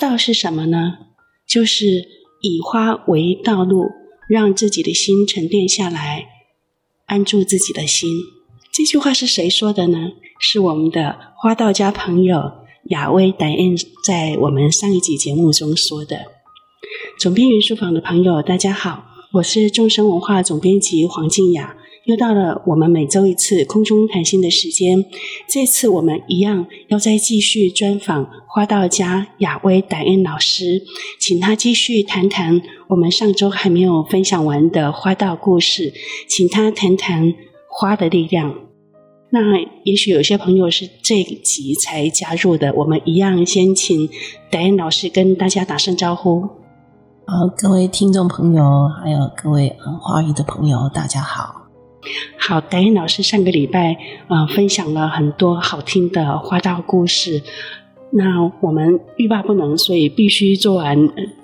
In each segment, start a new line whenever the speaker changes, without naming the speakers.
道是什么呢？就是以花为道路，让自己的心沉淀下来，安住自己的心。这句话是谁说的呢？是我们的花道家朋友雅薇戴恩在我们上一集节目中说的。总编云书房的朋友大家好，我是众生文化总编辑黄静雅，又到了我们每周一次空中谈心的时间。这次我们一样要再继续专访花道家雅薇戴恩老师，请他继续谈谈我们上周还没有分享完的花道故事，请他谈谈花的力量。那也许有些朋友是这一集才加入的，我们一样先请戴恩老师跟大家打声招呼。
好，各位听众朋友还有各位华语的朋友大家好。
好，戴恩老师上个礼拜分享了很多好听的花道故事，那我们欲罢不能，所以必须做完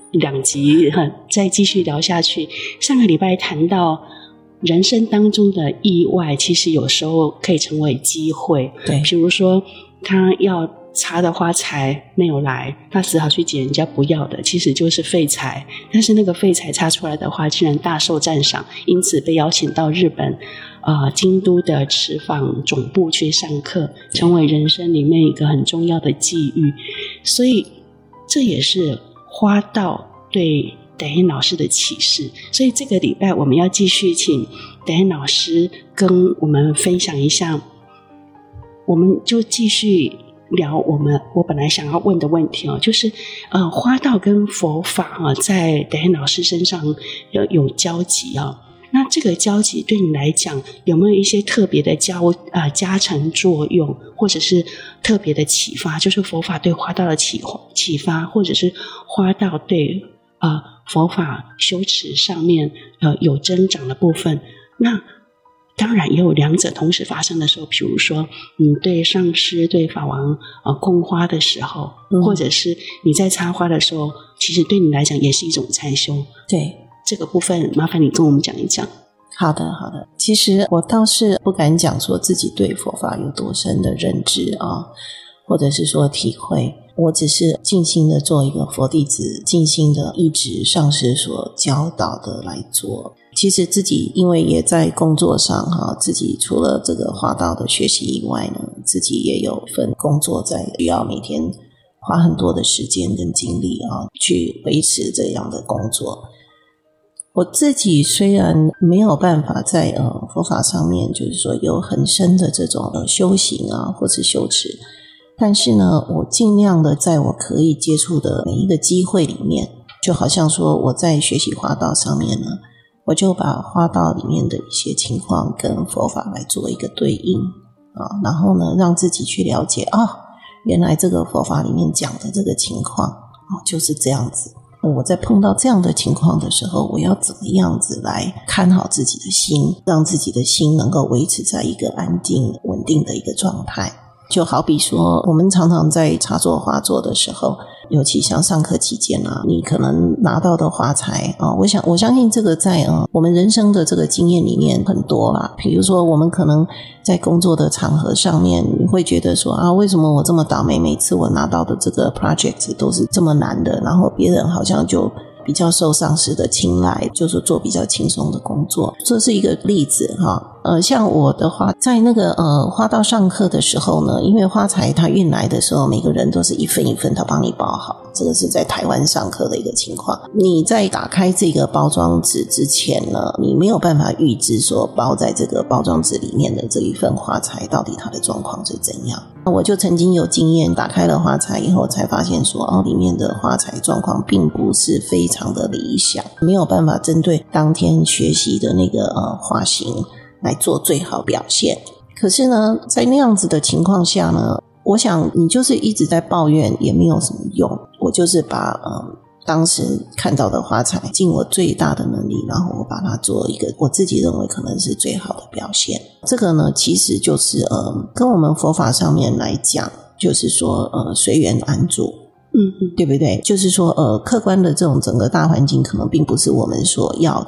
2集再继续聊下去。上个礼拜谈到人生当中的意外其实有时候可以成为机会，
对，
比如说他要插的花材没有来，他只好去捡人家不要的，其实就是废材，但是那个废材插出来的花竟然大受赞赏，因此被邀请到日本京都的池坊总部去上课，成为人生里面一个很重要的际遇。所以这也是花道对戴恩老师的启示。所以这个礼拜我们要继续请戴恩老师跟我们分享一下，我们就继续聊我本来想要问的问题就是花道跟佛法在戴恩老师身上有交集那这个交集对你来讲有没有一些特别的加成作用，或者是特别的启发，就是佛法对花道的启发，或者是花道对佛法修持上面有增长的部分。那当然也有两者同时发生的时候，比如说你对上师对法王供花的时候，或者是你在插花的时候，其实对你来讲也是一种禅修。
对，
这个部分麻烦你跟我们讲一讲。
好的好的，其实我倒是不敢讲说自己对佛法有多深的认知或者是说体会，我只是尽心的做一个佛弟子，尽心的一直上师所教导的来做。其实自己因为也在工作上自己除了这个花道的学习以外呢，自己也有份工作在需要每天花很多的时间跟精力去维持这样的工作。我自己虽然没有办法在佛法上面就是说有很深的这种修行或是修持，但是呢我尽量的在我可以接触的每一个机会里面，就好像说我在学习花道上面呢，我就把花道里面的一些情况跟佛法来做一个对应然后呢让自己去了解原来这个佛法里面讲的这个情况就是这样子。我在碰到这样的情况的时候，我要怎么样子来看好自己的心，让自己的心能够维持在一个安定稳定的一个状态。就好比说我们常常在插座花座的时候，尤其像上课期间你可能拿到的花材我相信这个在我们人生的这个经验里面很多比如说我们可能在工作的场合上面，你会觉得说为什么我这么倒霉，每次我拿到的这个 project 都是这么难的，然后别人好像就比较受上司的青睐，就是做比较轻松的工作。这是一个例子像我的话，在那个花道上课的时候呢，因为花材它运来的时候，每个人都是一份一份他帮你包好，这个是在台湾上课的一个情况。你在打开这个包装纸之前呢，你没有办法预知说包在这个包装纸里面的这一份花材到底它的状况是怎样。我就曾经有经验，打开了花材以后才发现说里面的花材状况并不是非常的理想，没有办法针对当天学习的那个花型来做最好表现。可是呢在那样子的情况下呢，我想你就是一直在抱怨也没有什么用，我就是把当时看到的花材尽我最大的能力，然后我把它做一个我自己认为可能是最好的表现。这个呢其实就是跟我们佛法上面来讲，就是说随缘安住对不对？就是说客观的这种整个大环境可能并不是我们所要的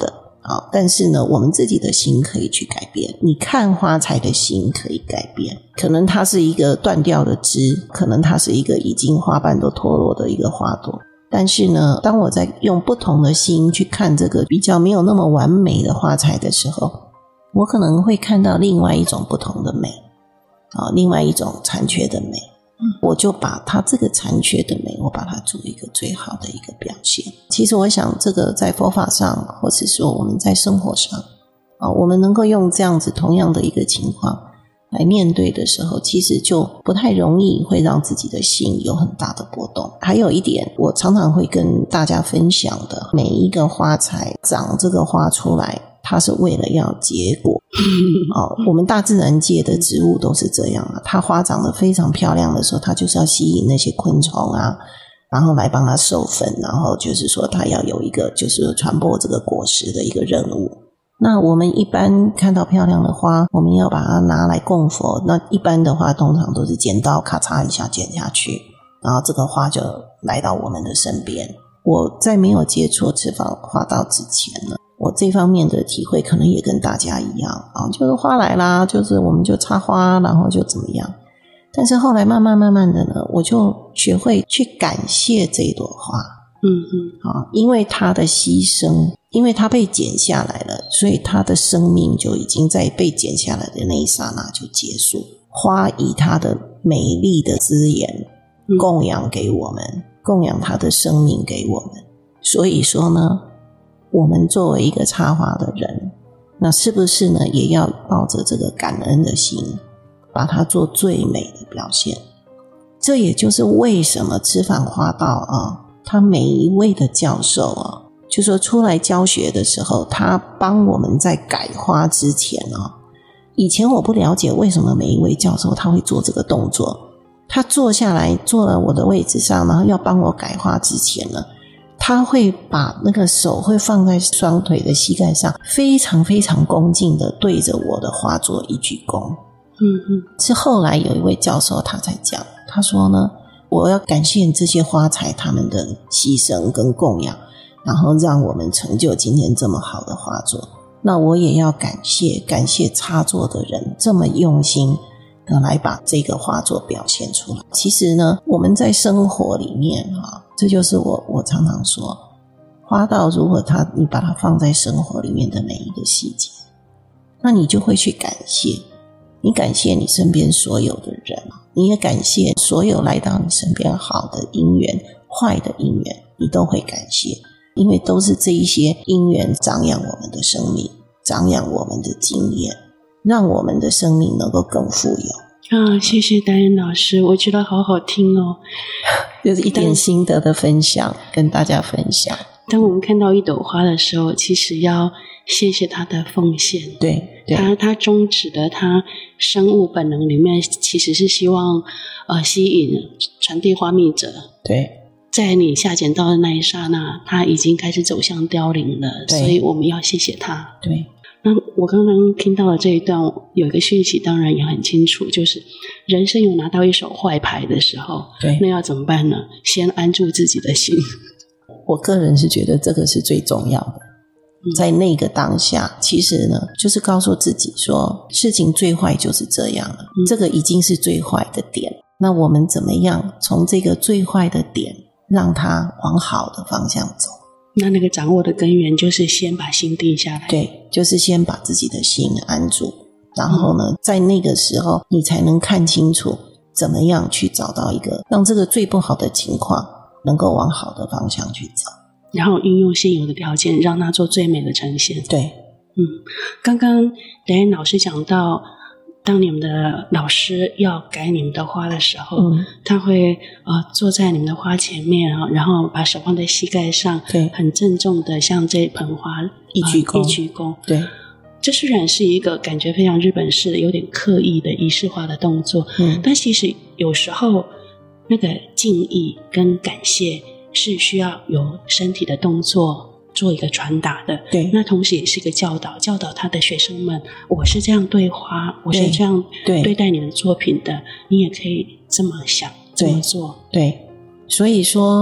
好，但是呢，我们自己的心可以去改变，你看花材的心可以改变，可能它是一个断掉的枝，可能它是一个已经花瓣都脱落的一个花朵，但是呢，当我在用不同的心去看这个比较没有那么完美的花材的时候，我可能会看到另外一种不同的美，另外一种残缺的美，我就把它这个残缺的美，我把它做一个最好的一个表现。其实我想这个在佛法上，或是说我们在生活上，我们能够用这样子同样的一个情况来面对的时候，其实就不太容易会让自己的心有很大的波动。还有一点我常常会跟大家分享的，每一个花材长这个花出来，它是为了要结果我们大自然界的植物都是这样它花长得非常漂亮的时候，它就是要吸引那些昆虫啊，然后来帮它授粉，然后就是说它要有一个就是传播这个果实的一个任务。那我们一般看到漂亮的花，我们要把它拿来供佛，那一般的话通常都是剪刀咔嚓一下剪下去，然后这个花就来到我们的身边。我在没有接触持法花道之前呢，我这方面的体会可能也跟大家一样就是花来啦，就是我们就插花，然后就怎么样。但是后来慢慢的呢，我就学会去感谢这一朵花，因为它的牺牲，因为它被剪下来了，所以它的生命就已经在被剪下来的那一刹那就结束。花以它的美丽的资源供养给我们，供养它的生命给我们。所以说呢，我们作为一个插花的人，那是不是呢也要抱着这个感恩的心，把它做最美的表现。这也就是为什么持法花道他每一位的教授就说出来教学的时候，他帮我们在改花之前以前我不了解为什么每一位教授他会做这个动作。他坐下来坐了我的位置上，然后要帮我改花之前呢，他会把那个手会放在双腿的膝盖上，非常非常恭敬的对着我的花做一鞠躬。是后来有一位教授他才讲，他说呢，我要感谢这些花材他们的牺牲跟供养，然后让我们成就今天这么好的画作。那我也要感谢插作的人这么用心的来把这个画作表现出来。其实呢，我们在生活里面这就是我常常说，花道如果你把它放在生活里面的每一个细节，那你就会去感谢，你感谢你身边所有的人，你也感谢所有来到你身边好的因缘坏的因缘，你都会感谢，因为都是这一些因缘长养我们的生命，长养我们的经验，让我们的生命能够更富有
谢谢丹恩老师，我觉得好好听
就是一点心得的分享跟大家分享。
当我们看到一朵花的时候，其实要谢谢它的奉献。
对，
它终止的它生物本能里面其实是希望吸引传递花蜜者。
对，在
你下剪刀的那一刹那，它已经开始走向凋零了，所以我们要谢谢它。
对。
那我刚刚听到的这一段有一个讯息当然也很清楚，就是人生有拿到一手坏牌的时候，
对，
那要怎么办呢？先安住自己的心。
我个人是觉得这个是最重要的，在那个当下其实呢就是告诉自己说，事情最坏就是这样了，这个已经是最坏的点，那我们怎么样从这个最坏的点让它往好的方向走。
那个掌握的根源就是先把心定下来。
对，就是先把自己的心安住，然后呢在那个时候你才能看清楚怎么样去找到一个让这个最不好的情况能够往好的方向去走，
然后运用现有的条件让它做最美的呈现。
对，
刚刚雷恩老师讲到，当你们的老师要改你们的花的时候，他会坐在你们的花前面然后把手放在膝盖上，
对，
很郑重的向这盆花
一鞠躬。对，
这虽然是一个感觉非常日本式的有点刻意的仪式化的动作，但其实有时候那个敬意跟感谢是需要有身体的动作做一个传达的。
对，
那同时也是一个教导他的学生们，我是这样对花，我是这样对待你的作品的，你也可以这么想这么做。
对，所以说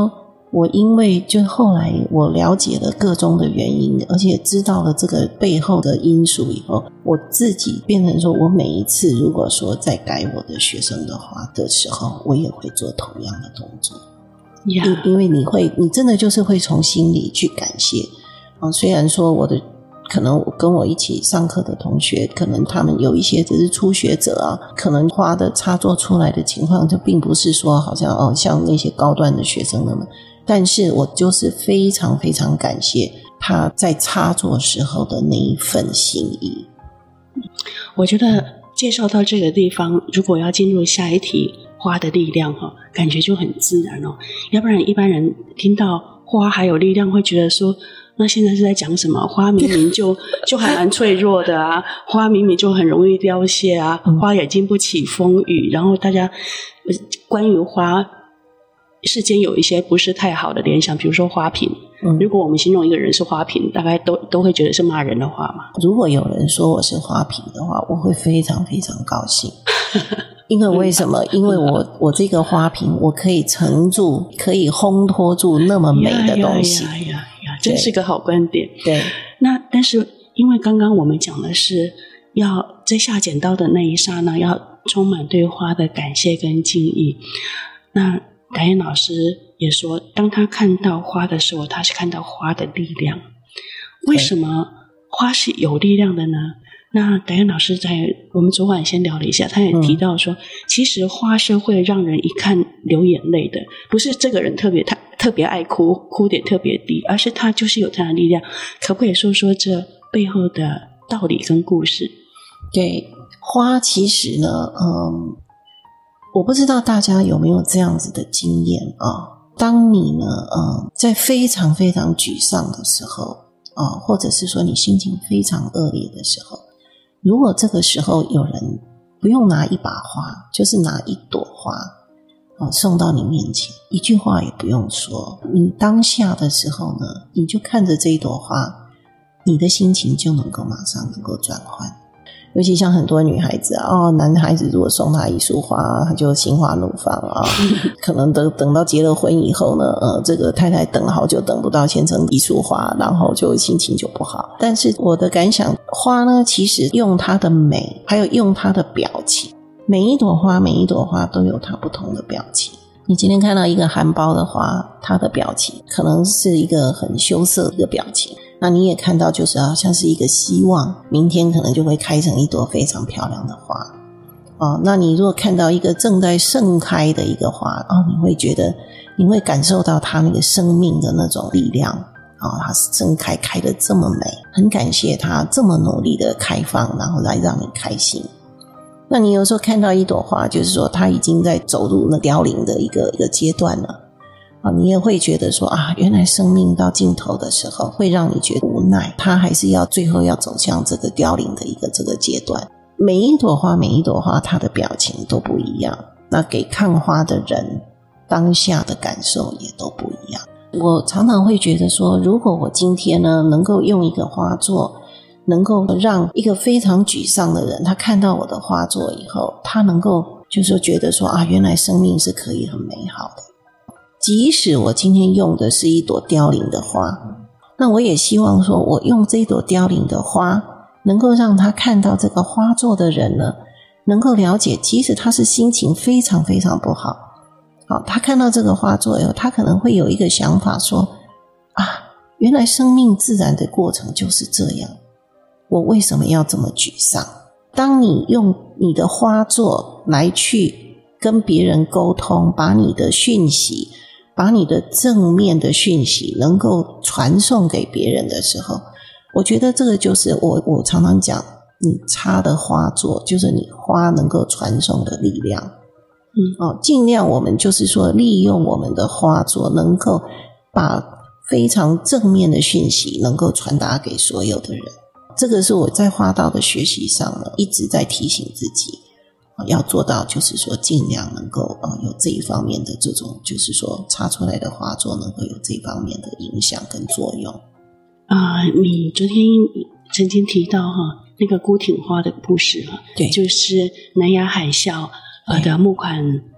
我因为就后来我了解了各种的原因，而且知道了这个背后的因素以后，我自己变成说，我每一次如果说在改我的学生的花的时候，我也会做同样的动作。因为你真的就是会从心里去感谢虽然说可能我跟我一起上课的同学，可能他们有一些只是初学者可能花的插作出来的情况就并不是说好像像那些高段的学生那么，但是我就是非常非常感谢他在插作时候的那一份心意。
我觉得介绍到这个地方，如果要进入下一题花的力量感觉就很自然要不然一般人听到花还有力量会觉得说，那现在是在讲什么？花明明就还蛮脆弱的花明明就很容易凋谢花也经不起风雨，然后大家关于花世间有一些不是太好的联想，比如说花瓶如果我们形容一个人是花瓶，大概都会觉得是骂人的话嘛。
如果有人说我是花瓶的话，我会非常非常高兴因为为什么？因为我这个花瓶我可以盛住，可以烘托住那么美的东西
真是个好观点。
对，
那但是因为刚刚我们讲的是要在下剪刀的那一刹那要充满对花的感谢跟敬意，那达燕老师也说，当他看到花的时候，他是看到花的力量。为什么花是有力量的呢？那达燕老师我们昨晚先聊了一下，他也提到说其实花是会让人一看流眼泪的，不是这个人特别爱哭，哭点特别低，而是他就是有他的力量。可不可以说说这背后的道理跟故事？
对，花其实呢我不知道大家有没有这样子的经验当你呢在非常非常沮丧的时候或者是说你心情非常恶劣的时候，如果这个时候有人不用拿一把花，就是拿一朵花送到你面前，一句话也不用说，你当下的时候呢，你就看着这一朵花，你的心情就能够马上能够转换。尤其像很多女孩子男孩子如果送她一束花，她就心花怒放可能等到结了婚以后呢这个太太等好久等不到牵成一束花，然后就心情就不好。但是我的感想，花呢其实用它的美，还有用它的表情，每一朵花都有它不同的表情。你今天看到一个含苞的花，它的表情可能是一个很羞涩的一个表情，那你也看到就是好像是一个希望明天可能就会开成一朵非常漂亮的花那你如果看到一个正在盛开的一个花你会感受到它那个生命的那种力量它盛开得这么美，很感谢它这么努力的开放，然后来让你开心。那你有时候看到一朵花，就是说它已经在走入那凋零的一个阶段了你也会觉得说原来生命到尽头的时候会让你觉得无奈，它还是最后要走向这个凋零的这个阶段。每一朵花它的表情都不一样，那给看花的人当下的感受也都不一样。我常常会觉得说，如果我今天呢能够用一个花作，能够让一个非常沮丧的人，他看到我的花作以后，他能够就是觉得说原来生命是可以很美好的。即使我今天用的是一朵凋零的花，那我也希望说我用这朵凋零的花能够让他看到这个花作的人呢，能够了解即使他是心情非常非常不好他看到这个花作以后，他可能会有一个想法说原来生命自然的过程就是这样，我为什么要这么沮丧？当你用你的花作来去跟别人沟通，把你的讯息，把你的正面的讯息能够传送给别人的时候，我觉得这个就是我常常讲，你插的花作就是你花能够传送的力量尽量我们就是说利用我们的花作，能够把非常正面的讯息能够传达给所有的人。这个是我在花道的学习上呢一直在提醒自己要做到，就是说尽量能够有这一方面的这种，就是说插出来的花作能够有这方面的影响跟作用
你昨天曾经提到那个孤挺花的故事
对，
就是南亚海啸的募款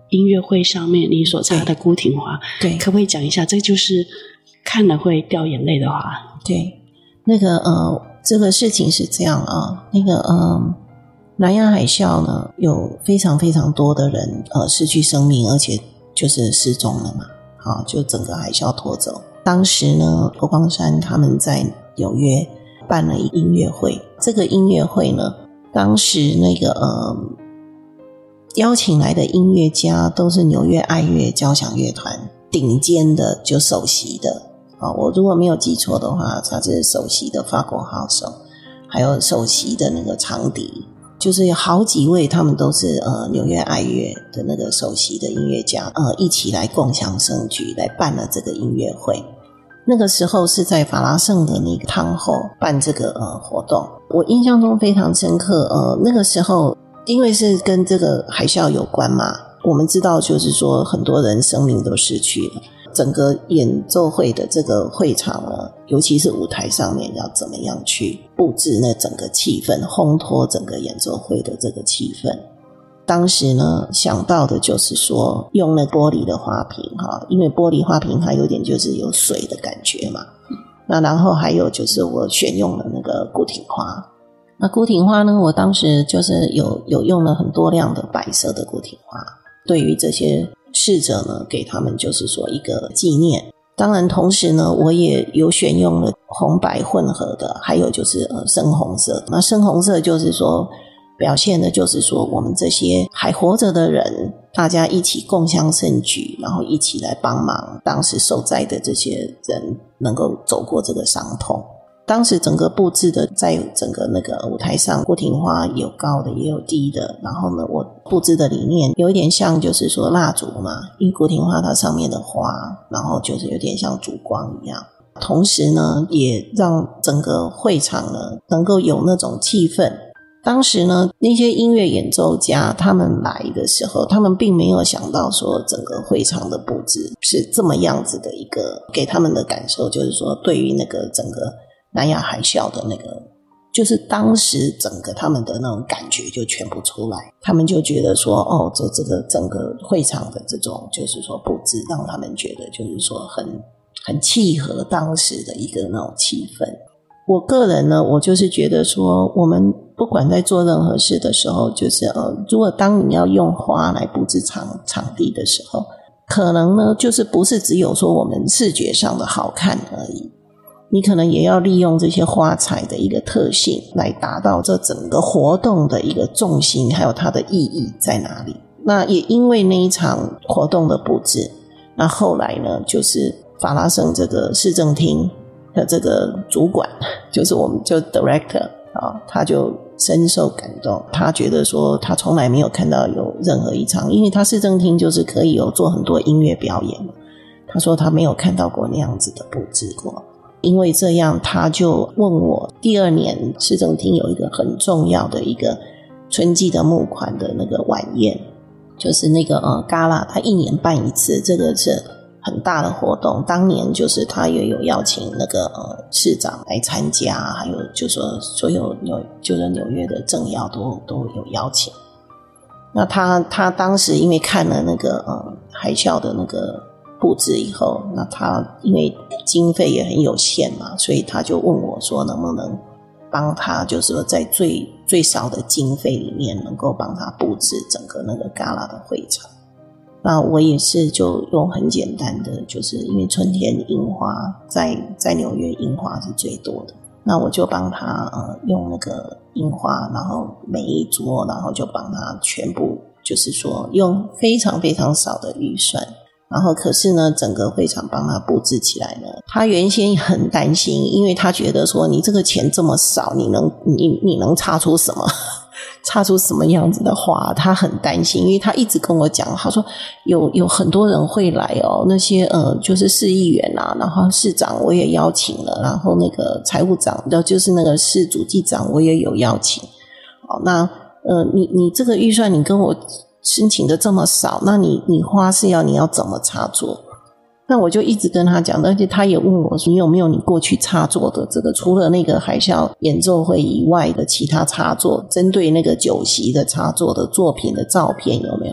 音乐会上面你所插的孤挺花，
对，
可不可以讲一下？这就是看了会掉眼泪的花。
对，那个这个事情是这样啊，那个南亚海啸呢，有非常非常多的人失去生命，而且就是失踪了嘛，好，就整个海啸拖走。当时呢，佛光山他们在纽约办了一个音乐会，这个音乐会呢，当时那个邀请来的音乐家都是纽约爱乐交响乐团顶尖的，就首席的我如果没有记错的话，他是首席的法国号手，还有首席的那个长笛，就是有好几位他们都是纽约爱乐的那个首席的音乐家一起来共襄盛举，来办了这个音乐会。那个时候是在法拉盛的那个汤后办这个活动，我印象中非常深刻。那个时候因为是跟这个海啸有关嘛，我们知道就是说很多人生命都失去了，整个演奏会的这个会场呢，尤其是舞台上面要怎么样去布置那整个气氛，烘托整个演奏会的这个气氛。当时呢想到的就是说用那玻璃的花瓶因为玻璃花瓶它有点就是有水的感觉嘛。那然后还有就是我选用了那个孤挺花。那孤挺花呢，我当时就是有用了很多量的白色的孤挺花，对于这些逝者呢，给他们就是说一个纪念。当然同时呢，我也有选用了红白混合的，还有就是深红色。那深红色就是说表现的就是说我们这些还活着的人，大家一起共襄盛举，然后一起来帮忙当时受灾的这些人能够走过这个伤痛。当时整个布置的在整个那个舞台上，孤挺花有高的也有低的，然后呢我布置的理念有一点像就是说蜡烛嘛，因为孤挺花它上面的花然后就是有点像烛光一样，同时呢也让整个会场呢能够有那种气氛。当时呢那些音乐演奏家他们来的时候，他们并没有想到说整个会场的布置是这么样子的一个，给他们的感受就是说对于那个整个南亚海啸的那个，就是当时整个他们的那种感觉就全部出来，他们就觉得说这个整个会场的这种就是说布置让他们觉得就是说很契合当时的一个那种气氛。我个人呢，我就是觉得说我们不管在做任何事的时候，就是如果当你要用花来布置场地的时候，可能呢就是不是只有说我们视觉上的好看而已，你可能也要利用这些花材的一个特性来达到这整个活动的一个重心还有它的意义在哪里。那也因为那一场活动的布置，那后来呢就是法拉盛这个市政厅的这个主管，就是我们就 director他就深受感动，他觉得说他从来没有看到有任何一场，因为他市政厅就是可以有做很多音乐表演，他说他没有看到过那样子的布置过。因为这样他就问我，第二年市政厅有一个很重要的一个春季的募款的那个晚宴，就是那个gala，他一年办一次，这个是很大的活动。当年就是他也有邀请那个市长来参加，还有就是说所有就是纽约的政要都有邀请。那他当时因为看了那个海啸的那个布置以后，那他因为经费也很有限嘛，所以他就问我说能不能帮他，就是说在最少的经费里面能够帮他布置整个那个 gala 的会场。那我也是就用很简单的，就是因为春天樱花在纽约樱花是最多的，那我就帮他用那个樱花，然后每一桌然后就帮他全部就是说用非常非常少的预算，然后可是呢整个会场帮他布置起来呢，他原先很担心，因为他觉得说你这个钱这么少，你能擦出什么擦出什么样子的花，他很担心。因为他一直跟我讲，他说有很多人会来那些就是市议员啊，然后市长我也邀请了，然后那个财务长就是那个市主计长我也有邀请。那你这个预算你跟我申请的这么少，那你花是你要怎么插座？那我就一直跟他讲，而且他也问我说你有没有你过去插座的这个除了那个海啸演奏会以外的其他插座，针对那个酒席的插座的作品的照片有没有？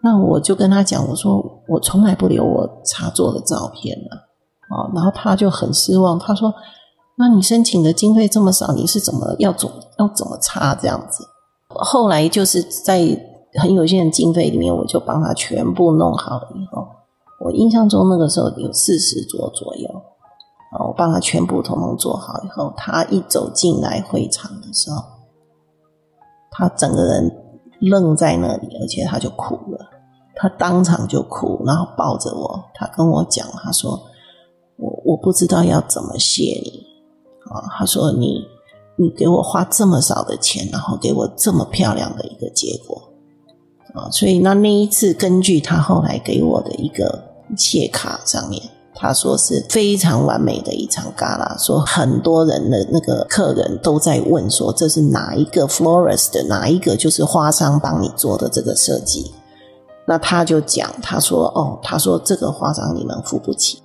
那我就跟他讲，我说我从来不留我插座的照片了然后他就很失望，他说那你申请的经费这么少，你是要怎么插这样子。后来就是在很有限的经费里面，我就帮他全部弄好了以后，我印象中那个时候有40桌左右我帮他全部统统做好以后，他一走进来会场的时候，他整个人愣在那里，而且他就哭了，他当场就哭，然后抱着我，他跟我讲，他说我不知道要怎么谢你他说你给我花这么少的钱，然后给我这么漂亮的一个结果所以那一次根据他后来给我的一个谢卡上面，他说是非常完美的一场 gala， 说很多人的那个客人都在问说这是哪一个 florist 哪一个就是花商帮你做的这个设计。那他就讲，他说这个花商你们付不起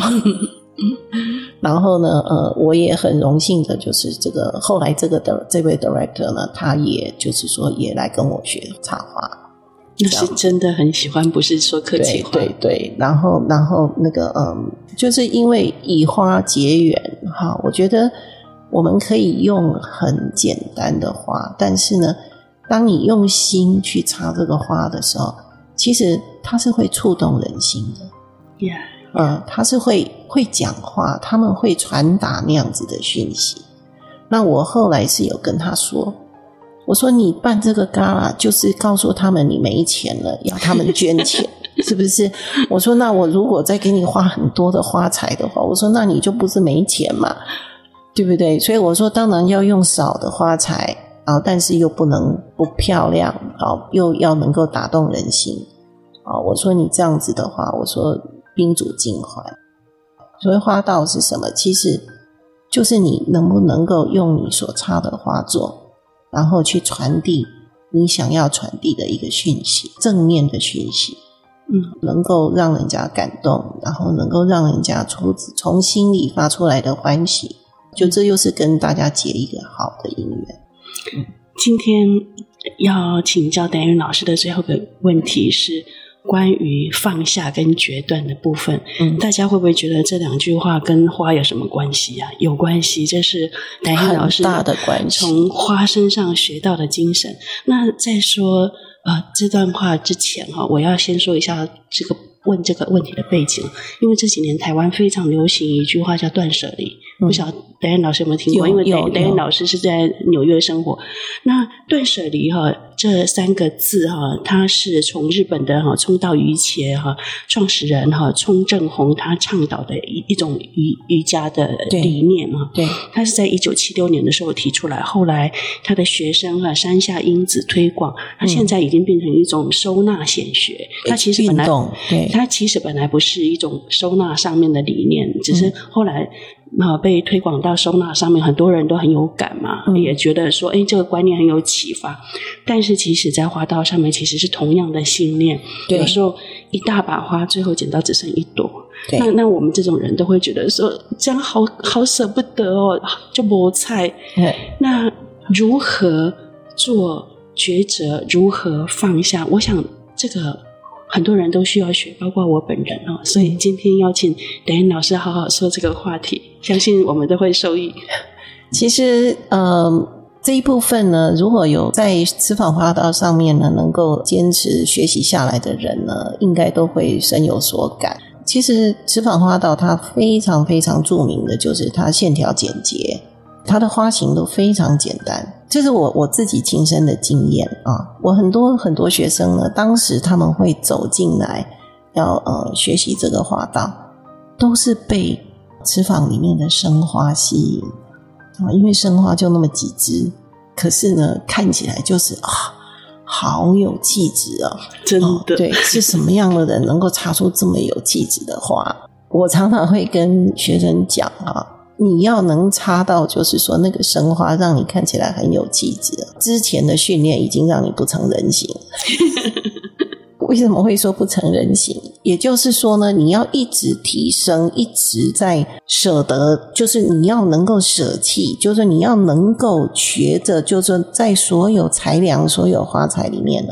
然后呢我也很荣幸的就是后来这位 director 呢，他也就是说也来跟我学插花，
那是真的很喜欢，不是说客气话。
对，然后那个就是因为以花结缘我觉得我们可以用很简单的花，但是呢当你用心去插这个花的时候，其实它是会触动人心的它是会讲话，他们会传达那样子的讯息。那我后来是有跟他说，我说你办这个 gala 就是告诉他们你没钱了，要他们捐钱是不是？我说那我如果再给你花很多的花材的话，我说那你就不是没钱嘛，对不对？所以我说当然要用少的花材但是又不能不漂亮又要能够打动人心我说你这样子的话，我说宾主尽欢。所谓花道是什么？其实就是你能不能够用你所插的花座，然后去传递你想要传递的一个讯息，正面的讯息能够让人家感动，然后能够让人家从心里发出来的欢喜，就这又是跟大家结一个好的姻缘
今天要请教戴云老师的最后一个问题是关于放下跟决断的部分大家会不会觉得这2句话跟花有什么关系啊？有关系，这是戴云老师
很大的关系，
从花身上学到的精神。那在说这段话之前我要先说一下问这个问题的背景，因为这几年台湾非常流行一句话叫断舍离不晓得戴云老师有没有听过？因为戴云老师是在纽约生活。那断舍离这3个字它是从日本的冲道瑜伽创始人冲正弘他倡导的一种瑜伽的理念
对，
他是在1976年的时候提出来，后来他的学生山下英子推广，他现在已经变成一种收纳显学它其实本来不是一种收纳上面的理念，只是后来被推广到收纳上面，很多人都很有感嘛也觉得说这个观念很有启发。但是其实在花道上面其实是同样的信念，有时候一大把花最后捡到只剩1朵，那我们这种人都会觉得说这样好舍不得就没菜那如何做抉择，如何放下，我想这个很多人都需要学，包括我本人所以今天邀请戴云老师好好说这个话题，相信我们都会受益。
其实这一部分呢，如果有在持法花道上面呢能够坚持学习下来的人呢，应该都会深有所感。其实持法花道它非常非常著名的就是它线条简洁，它的花型都非常简单，这是我自己亲身的经验我很多学生呢，当时他们会走进来要学习这个花道，都是被持坊里面的生花吸引因为生花就那么几枝，可是呢看起来就是好有气质
真的
对，是什么样的人能够插出这么有气质的花？我常常会跟学生讲你要能插到就是说那个生花让你看起来很有气质，之前的训练已经让你不成人形为什么会说不成人形？也就是说呢，你要一直提升，一直在舍得，就是你要能够舍弃，就是你要能够学着，就是在所有裁量所有花材里面呢，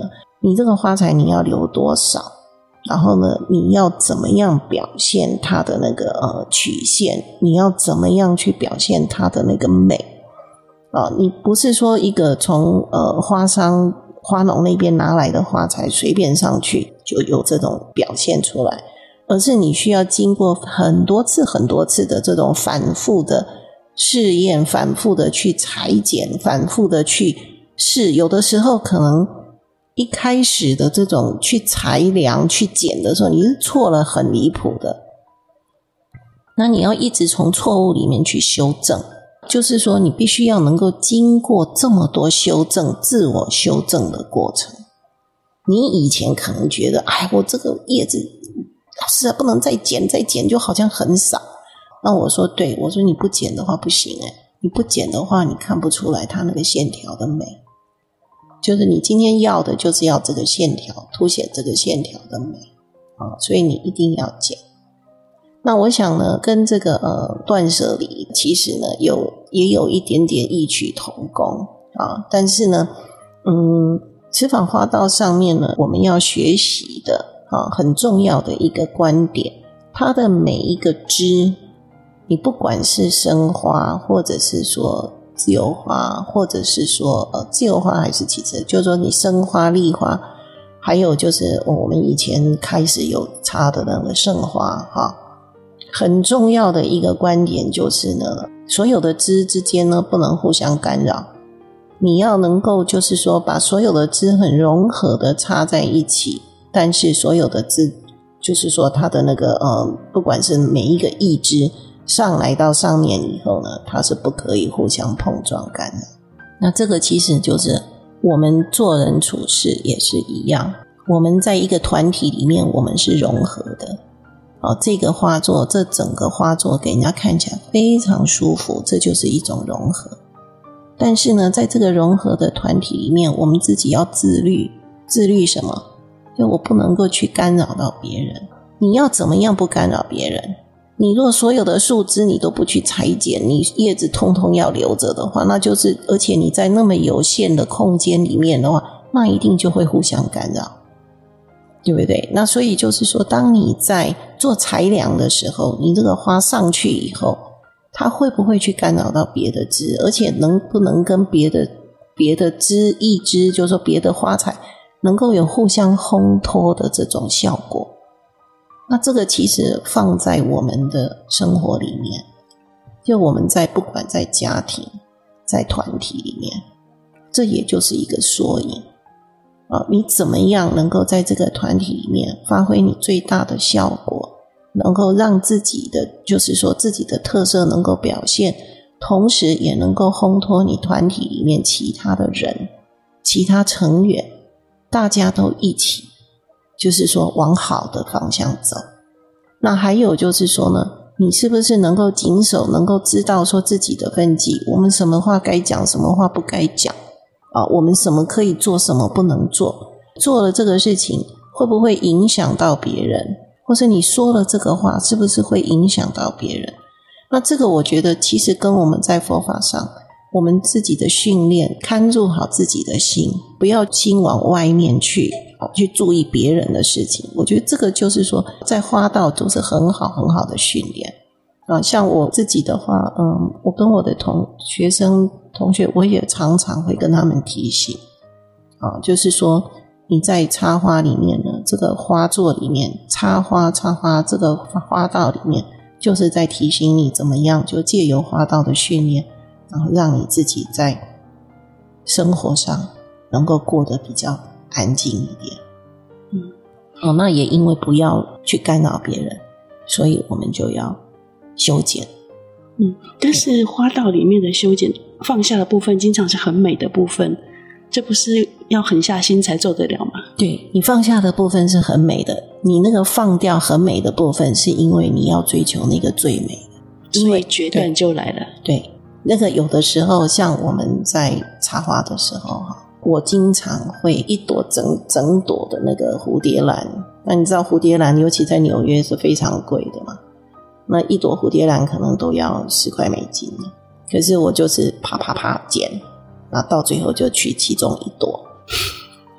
你这个花材你要留多少，然后呢你要怎么样表现它的那个曲线，你要怎么样去表现它的那个美你不是说一个从花商花农那边拿来的花材随便上去就有这种表现出来，而是你需要经过很多次的这种反复的试验，反复的去裁剪，反复的去试，有的时候可能一开始的这种去裁量去剪的时候你是错了很离谱的，那你要一直从错误里面去修正，就是说你必须要能够经过这么多修正，自我修正的过程。你以前可能觉得我这个叶子老师不能再剪就好像很少，那我说对，我说你不剪的话不行你不剪的话你看不出来它那个线条的美，就是你今天要的就是要这个线条，凸显这个线条的美所以你一定要剪。那我想呢跟这个断舍离其实呢也有一点点异曲同工但是呢此访花道上面呢我们要学习的很重要的一个观点，它的每一个枝，你不管是生花或者是说自由花，或者是说自由花还是其次，就是说你生花立花，还有就是我们以前开始有插的那个盛花很重要的一个观点就是呢，所有的枝之间呢不能互相干扰，你要能够就是说把所有的枝很融合的插在一起，但是所有的枝就是说它的那个不管是每一个一枝上来到上面以后呢，它是不可以互相碰撞干扰。那这个其实就是我们做人处事也是一样，我们在一个团体里面我们是融合的这个花作，这整个花作给人家看起来非常舒服，这就是一种融合。但是呢在这个融合的团体里面，我们自己要自律。自律什么？就我不能够去干扰到别人。你要怎么样不干扰别人？你若所有的树枝你都不去裁剪，你叶子通通要留着的话，那就是而且你在那么有限的空间里面的话，那一定就会互相干扰，对不对？那所以就是说当你在做裁量的时候，你这个花上去以后，它会不会去干扰到别的枝，而且能不能跟别的枝一枝，就是说别的花材能够有互相烘托的这种效果。那这个其实放在我们的生活里面，就我们在不管在家庭在团体里面，这也就是一个缩影你怎么样能够在这个团体里面发挥你最大的效果，能够让自己的就是说自己的特色能够表现，同时也能够烘托你团体里面其他的人，其他成员，大家都一起就是说往好的方向走。那还有就是说呢，你是不是能够谨守，能够知道说自己的分际，我们什么话该讲，什么话不该讲我们什么可以做，什么不能做，做了这个事情会不会影响到别人，或是你说了这个话是不是会影响到别人。那这个我觉得其实跟我们在佛法上我们自己的训练，看住好自己的心，不要心往外面去注意别人的事情，我觉得这个就是说在花道都是很好很好的训练像我自己的话我跟我的同学我也常常会跟他们提醒就是说你在插花里面呢，这个花座里面插花这个花道里面，就是在提醒你怎么样就借由花道的训练，然后让你自己在生活上能够过得比较安静一点那也因为不要去干扰别人，所以我们就要修剪
但是花道里面的修剪放下的部分经常是很美的部分，这不是要狠下心才做得了吗？
对，你放下的部分是很美的，你那个放掉很美的部分是因为你要追求那个最美的，
所以决断就来了。
对，那个有的时候像我们在插花的时候我经常会一朵整朵的那个蝴蝶兰，那你知道蝴蝶兰尤其在纽约是非常贵的嘛，那一朵蝴蝶兰可能都要$10的，可是我就是啪啪啪剪，那到最后就取其中一朵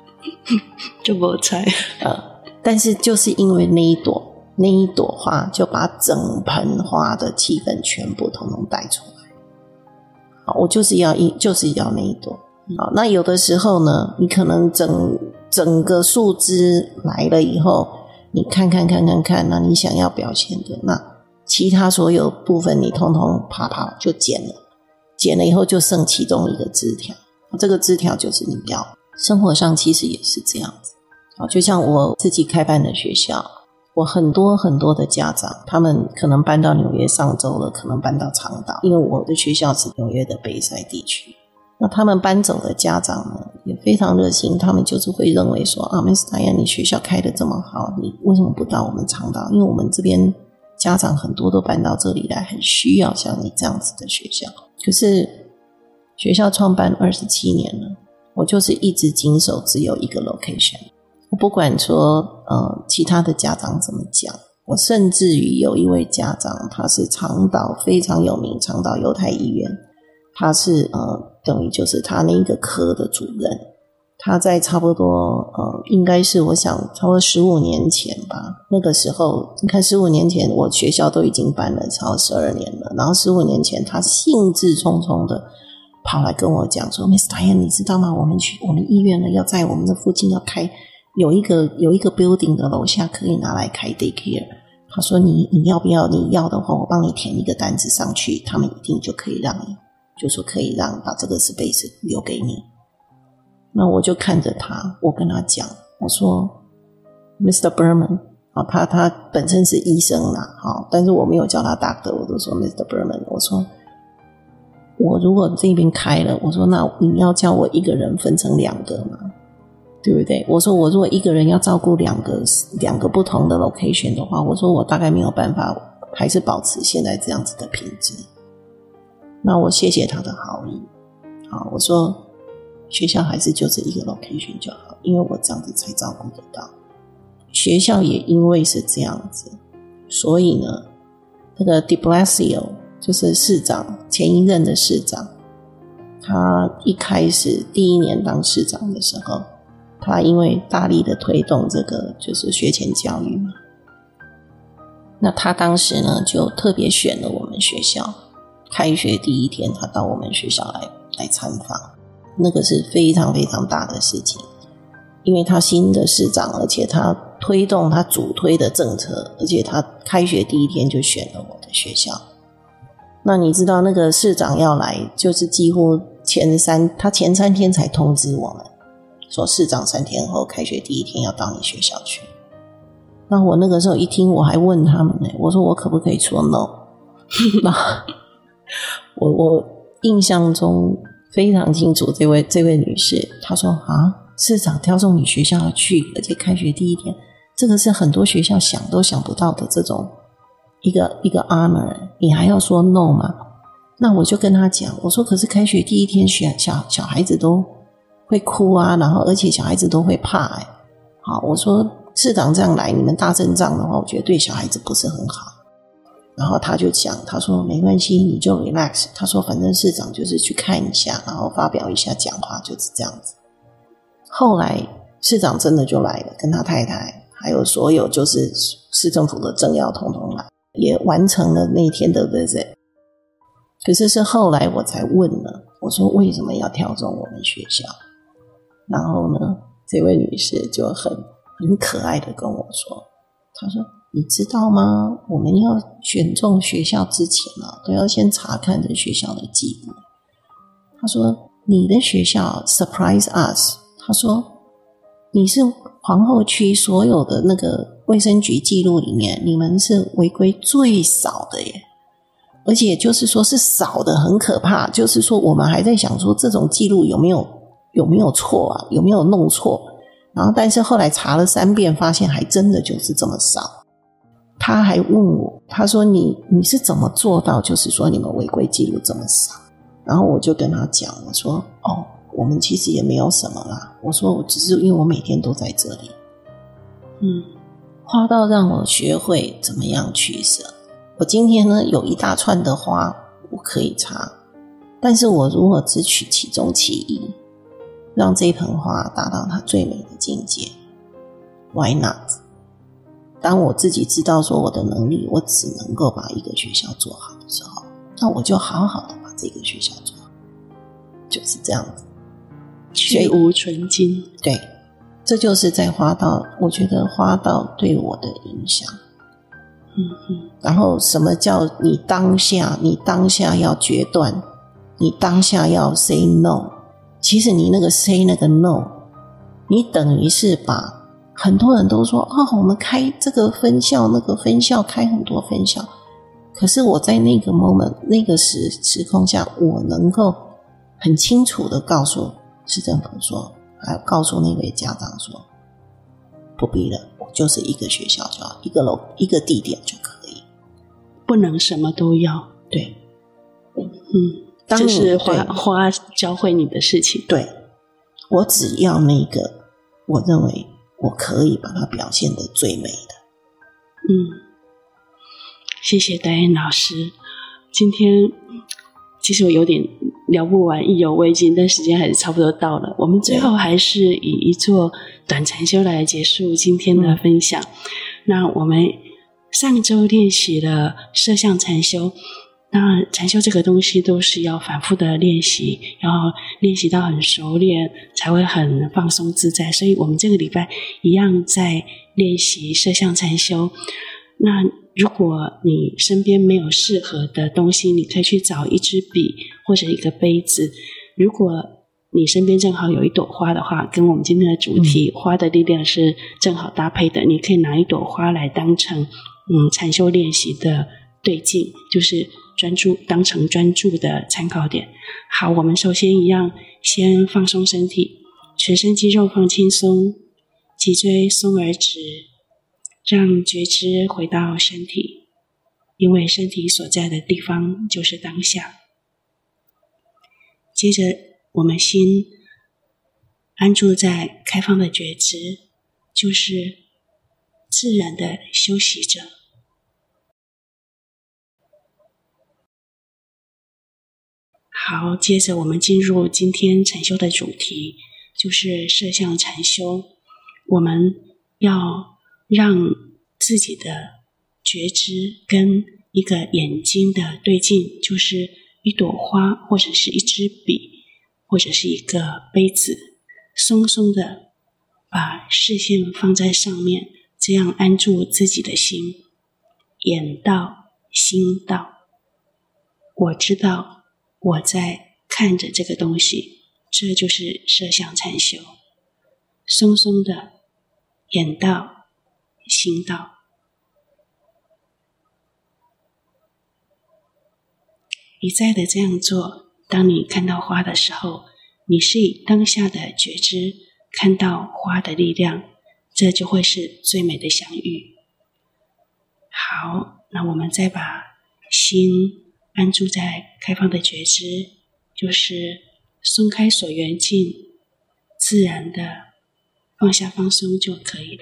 就没猜。
但是就是因为那一朵花，就把整盆花的气氛全部统统带出来。好，我就是要那一朵。好，那有的时候呢，你可能整个树枝来了以后，你看，那你想要表现的，那其他所有部分你通通啪就剪了以后就剩其中一个枝条，这个枝条就是你要。生活上其实也是这样子。好，就像我自己开办的学校，我很多的家长，他们可能搬到纽约上州了，可能搬到长岛，因为我的学校是纽约的北塞地区。那他们搬走的家长呢，也非常热心，他们就是会认为说啊 Miss Diane 你学校开得这么好，你为什么不到我们长岛？因为我们这边家长很多都搬到这里来，很需要像你这样子的学校。可是学校创办27年了，我就是一直谨守只有一个 location。我不管说其他的家长怎么讲，我甚至于有一位家长，他是长岛非常有名，长岛犹太医院，他是等于就是他那个科的主任。他在差不多应该是我想差不多15年前吧，那个时候你看15年前我学校都已经办了超过12年了，然后15年前他兴致冲冲的跑来跟我讲说 Miss Diane 你知道吗，我们医院呢要在我们的附近要开有一个 building 的楼下可以拿来开 daycare。 他说你要不要，你要的话我帮你填一个单子上去，他们一定就可以让你，就说可以让把这个 space 留给你。那我就看着他，我跟他讲，我说 Mr. Berman 他本身是医生啦，但是我没有叫他 doctor， 我都说 Mr. Berman， 我说我如果这边开了，我说那你要叫我一个人分成2个吗？对不对？我说我如果一个人要照顾两个不同的 location 的话，我说我大概没有办法还是保持现在这样子的品质。那我谢谢他的好意。好，我说学校还是就是一个 location 就好，因为我这样子才照顾得到。学校也因为是这样子，所以呢，那个 de Blasio 就是市长，前一任的市长，他一开始第1年当市长的时候，他因为大力的推动这个就是学前教育嘛，那他当时呢就特别选了我们学校，开学第1天他到我们学校来参访，那个是非常非常大的事情，因为他新的市长，而且他推动他主推的政策，而且他开学第1天就选了我的学校。那你知道那个市长要来，就是几乎他前3天才通知我们说市长3天后开学第1天要到你学校去。那我那个时候一听，我还问他们呢，我说我可不可以说 no？ 那我印象中非常清楚，这位女士她说市长挑中你学校去，而且开学第1天，这个是很多学校想都想不到的这种一个 honor， 你还要说 no 吗？那我就跟他讲，我说可是开学第1天小孩子都会哭啊，然后而且小孩子都会怕好，我说市长这样来，你们大阵仗的话，我觉得对小孩子不是很好。然后他就讲，他说没关系，你就 relax， 他说反正市长就是去看一下，然后发表一下讲话，就是这样子。后来市长真的就来了，跟他太太还有所有就是市政府的政要统统来，也完成了那天的 visit。 可是是后来我才问了，我说为什么要挑中我们学校？然后呢，这位女士就很可爱的跟我说，她说你知道吗，我们要选中学校之前都要先查看这学校的记录。她说你的学校 surprise us， 她说你是皇后区所有的那个卫生局记录里面，你们是违规最少的耶，而且就是说是少的很可怕，就是说我们还在想说这种记录有没有错啊，有没有弄错，然后但是后来查了3遍，发现还真的就是这么少。他还问我，他说你是怎么做到就是说你们违规记录这么少？然后我就跟他讲，我说我们其实也没有什么啦，我说我只是因为我每天都在这里花到让我学会怎么样取舍。我今天呢有一大串的花我可以插，但是我如果只取其中其一， 让这盆花达到它最美的境界。 Why not？ 当我自己知道说我的能力我只能够把一个学校做好的时候，那我就好好的把这个学校做好，就是这样子，
去无存精。
对，这就是在花道，我觉得花道对我的影响。然后什么叫你当下要决断，你当下要 say no。 其实你那个 say 那个 no， 你等于是把很多人都说我们开这个分校那个分校，开很多分校，可是我在那个 moment 那个时空下，我能够很清楚的告诉市政府说，还有告诉那位家长说，不必了，我就是一个学校就好，一个地点就可以，
不能什么都要。
对，
这是花教会你的事情。
对，我只要那个我认为我可以把它表现得最美的。
谢谢戴燕老师。今天其实我有点聊不完，意犹未尽，但时间还是差不多到了。我们最后还是以一座短禅修来结束今天的分享。那我们上周练习了摄像禅修，那禅修这个东西都是要反复的练习，然后练习到很熟练才会很放松自在，所以我们这个礼拜一样在练习摄像禅修。那如果你身边没有适合的东西，你可以去找一支笔或者一个杯子。如果你身边正好有一朵花的话，跟我们今天的主题花的力量是正好搭配的，你可以拿一朵花来当成禅修练习的对境，就是专注，当成专注的参考点。好，我们首先一样先放松身体，全身肌肉放轻松，脊椎松而直，让觉知回到身体，因为身体所在的地方就是当下。接着我们心安住在开放的觉知，就是自然的休息着。好，接着我们进入今天禅修的主题，就是摄像禅修。我们要让自己的觉知跟一个眼睛的对境，就是一朵花或者是一支笔或者是一个杯子，松松的把视线放在上面，这样安住自己的心。眼到心到，我知道我在看着这个东西，这就是摄像禅修。松松的眼到心到。一再的这样做，当你看到花的时候，你是以当下的觉知看到花的力量，这就会是最美的相遇。好，那我们再把心安住在开放的觉知，就是松开所缘境，自然的放下放松就可以了。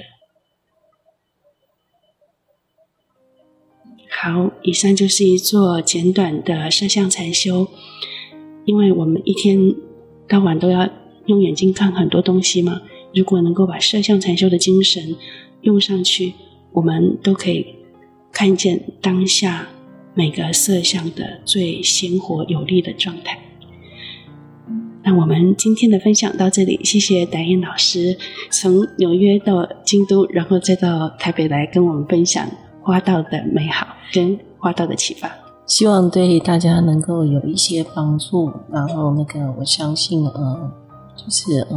好，以上就是一座简短的摄像禅修。因为我们一天到晚都要用眼睛看很多东西嘛，如果能够把摄像禅修的精神用上去，我们都可以看见当下每个色相的最鲜活有力的状态。那我们今天的分享到这里，谢谢达燕老师从纽约到京都，然后再到台北来跟我们分享花道的美好跟花道的启发，
希望对大家能够有一些帮助。然后我相信就是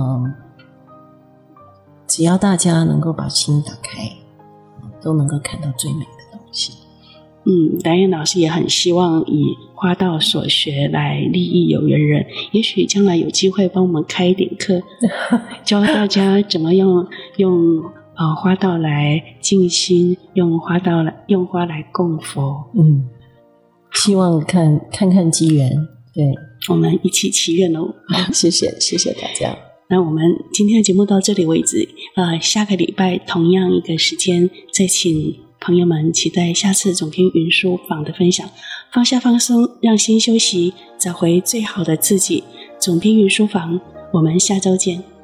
只要大家能够把心打开，都能够看到最美的东西。
达燕老师也很希望以花道所学来利益有缘人，也许将来有机会帮我们开一点课教大家怎么用花道来静心，用花来供佛。
希望看看机缘，对，
我们一起祈愿哦。
谢谢大家。
那我们今天的节目到这里为止，下个礼拜同样一个时间，再请朋友们期待下次总编云书房的分享。放下放松，让心休息，找回最好的自己。总编云书房， 我们下周见。